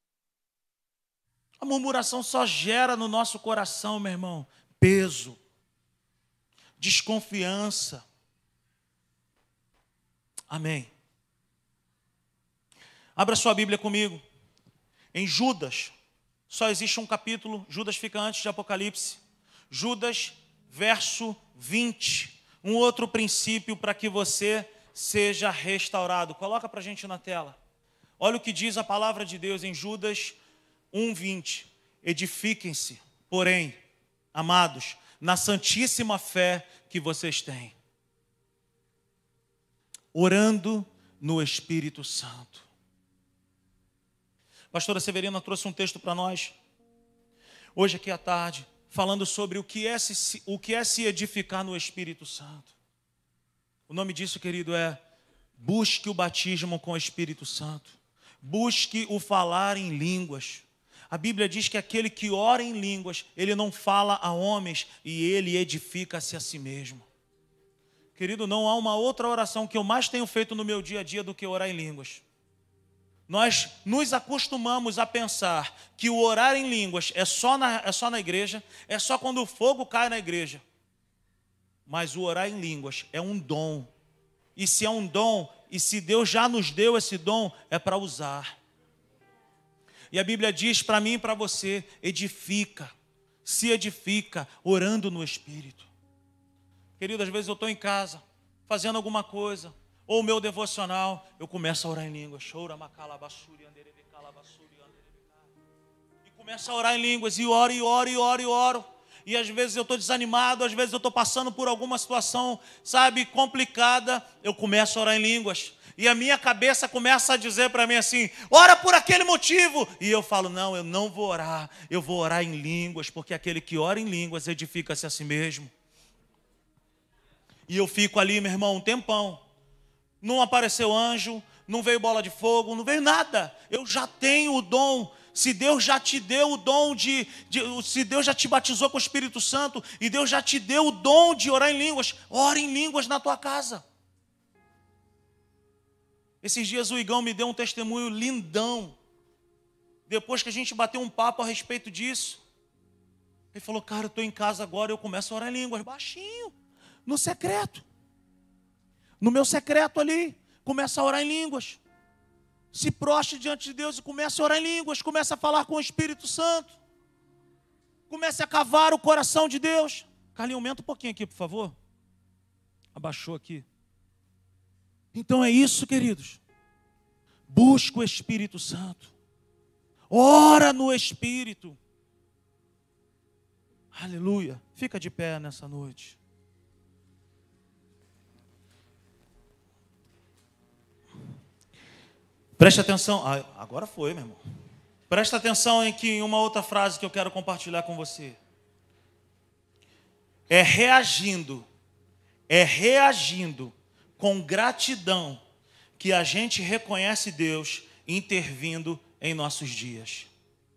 A murmuração só gera no nosso coração, meu irmão, peso, desconfiança. Amém. Abra sua Bíblia comigo. Em Judas, só existe um capítulo. Judas fica antes de Apocalipse. Judas, verso 20. Um outro princípio para que você seja restaurado. Coloca para a gente na tela. Olha o que diz a palavra de Deus em Judas 1:20. Edifiquem-se, porém, amados, na santíssima fé que vocês têm, orando no Espírito Santo. Pastora Severina trouxe um texto para nós, hoje aqui à tarde, falando sobre o que é se edificar no Espírito Santo. O nome disso, querido, é busque o batismo com o Espírito Santo. Busque o falar em línguas. A Bíblia diz que aquele que ora em línguas, ele não fala a homens e ele edifica-se a si mesmo. Querido, não há uma outra oração que eu mais tenho feito no meu dia a dia do que orar em línguas. Nós nos acostumamos a pensar que o orar em línguas é só na igreja, é só quando o fogo cai na igreja. Mas o orar em línguas é um dom. E se é um dom, e se Deus já nos deu esse dom, é para usar. E a Bíblia diz para mim e para você, se edifica, orando no Espírito. Querido, às vezes eu estou em casa, fazendo alguma coisa, ou o meu devocional, eu começo a orar em línguas. E começo a orar em línguas, e oro, e oro, e oro, e oro. E às vezes eu estou desanimado, às vezes eu estou passando por alguma situação, sabe, complicada, eu começo a orar em línguas. E a minha cabeça começa a dizer para mim assim, ora por aquele motivo. E eu falo, não, eu não vou orar, eu vou orar em línguas, porque aquele que ora em línguas edifica-se a si mesmo. E eu fico ali, meu irmão, um tempão. Não apareceu anjo, não veio bola de fogo, não veio nada. Eu já tenho o dom. Se Deus já te deu o dom se Deus já te batizou com o Espírito Santo e Deus já te deu o dom de orar em línguas, ore em línguas na tua casa. Esses dias o Igão me deu um testemunho lindão. Depois que a gente bateu um papo a respeito disso, ele falou, cara, eu estou em casa agora, eu começo a orar em línguas, baixinho, no secreto. No meu secreto ali, começa a orar em línguas. Se prostre diante de Deus e comece a orar em línguas, comece a falar com o Espírito Santo. Comece a cavar o coração de Deus. Carlinhos, aumenta um pouquinho aqui, por favor. Abaixou aqui. Então é isso, queridos. Busca o Espírito Santo. Ora no Espírito. Aleluia. Fica de pé nessa noite. Preste atenção. Agora foi, meu irmão. Presta atenção em uma outra frase que eu quero compartilhar com você. É reagindo com gratidão que a gente reconhece Deus intervindo em nossos dias.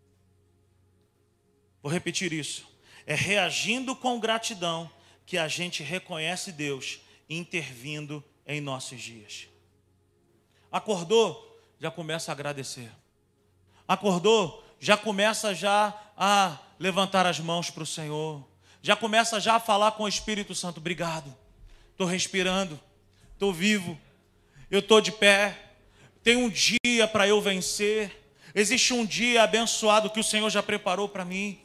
Vou repetir isso. É reagindo com gratidão que a gente reconhece Deus intervindo em nossos dias. Acordou? Já começa a agradecer. Acordou? Já começa a levantar as mãos para o Senhor. Já começa a falar com o Espírito Santo. Obrigado. Estou respirando. Estou vivo. Eu estou de pé. Tem um dia para eu vencer. Existe um dia abençoado que o Senhor já preparou para mim.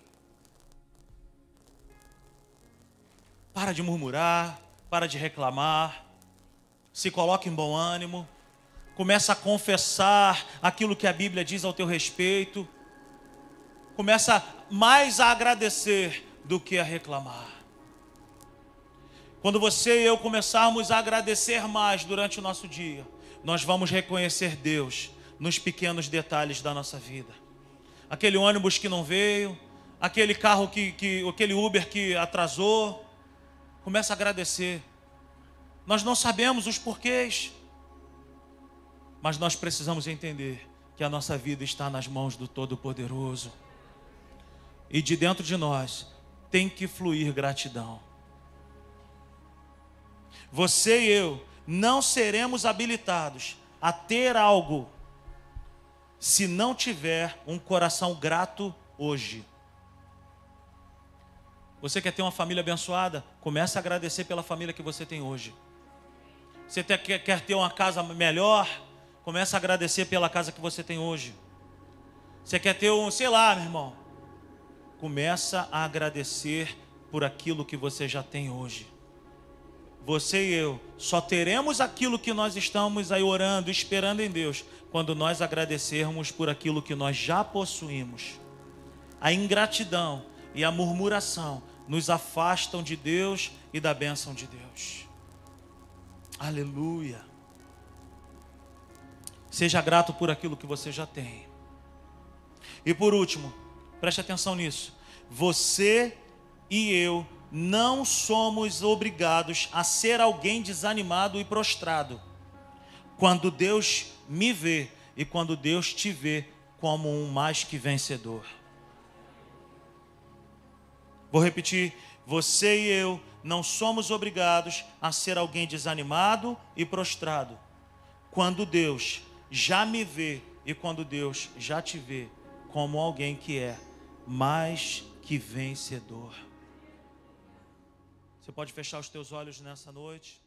Para de murmurar. Para de reclamar. Se coloque em bom ânimo. Começa a confessar aquilo que a Bíblia diz ao teu respeito. Começa mais a agradecer do que a reclamar. Quando você e eu começarmos a agradecer mais durante o nosso dia, nós vamos reconhecer Deus nos pequenos detalhes da nossa vida. Aquele ônibus que não veio, aquele carro aquele Uber que atrasou, começa a agradecer. Nós não sabemos os porquês, mas nós precisamos entender que a nossa vida está nas mãos do Todo-Poderoso. E de dentro de nós tem que fluir gratidão. Você e eu não seremos habilitados a ter algo se não tiver um coração grato hoje. Você quer ter uma família abençoada? Comece a agradecer pela família que você tem hoje. Você quer ter uma casa melhor? Comece a agradecer pela casa que você tem hoje. Você quer ter sei lá, meu irmão. Começa a agradecer por aquilo que você já tem hoje. Você e eu só teremos aquilo que nós estamos aí orando, esperando em Deus, quando nós agradecermos por aquilo que nós já possuímos. A ingratidão e a murmuração nos afastam de Deus e da bênção de Deus. Aleluia. Seja grato por aquilo que você já tem. E por último, preste atenção nisso. Você e eu não somos obrigados a ser alguém desanimado e prostrado. Quando Deus me vê e quando Deus te vê como um mais que vencedor. Vou repetir. Você e eu não somos obrigados a ser alguém desanimado e prostrado. Quando Deus já me vê e quando Deus já te vê como alguém que é mais que vencedor. Você pode fechar os teus olhos nessa noite.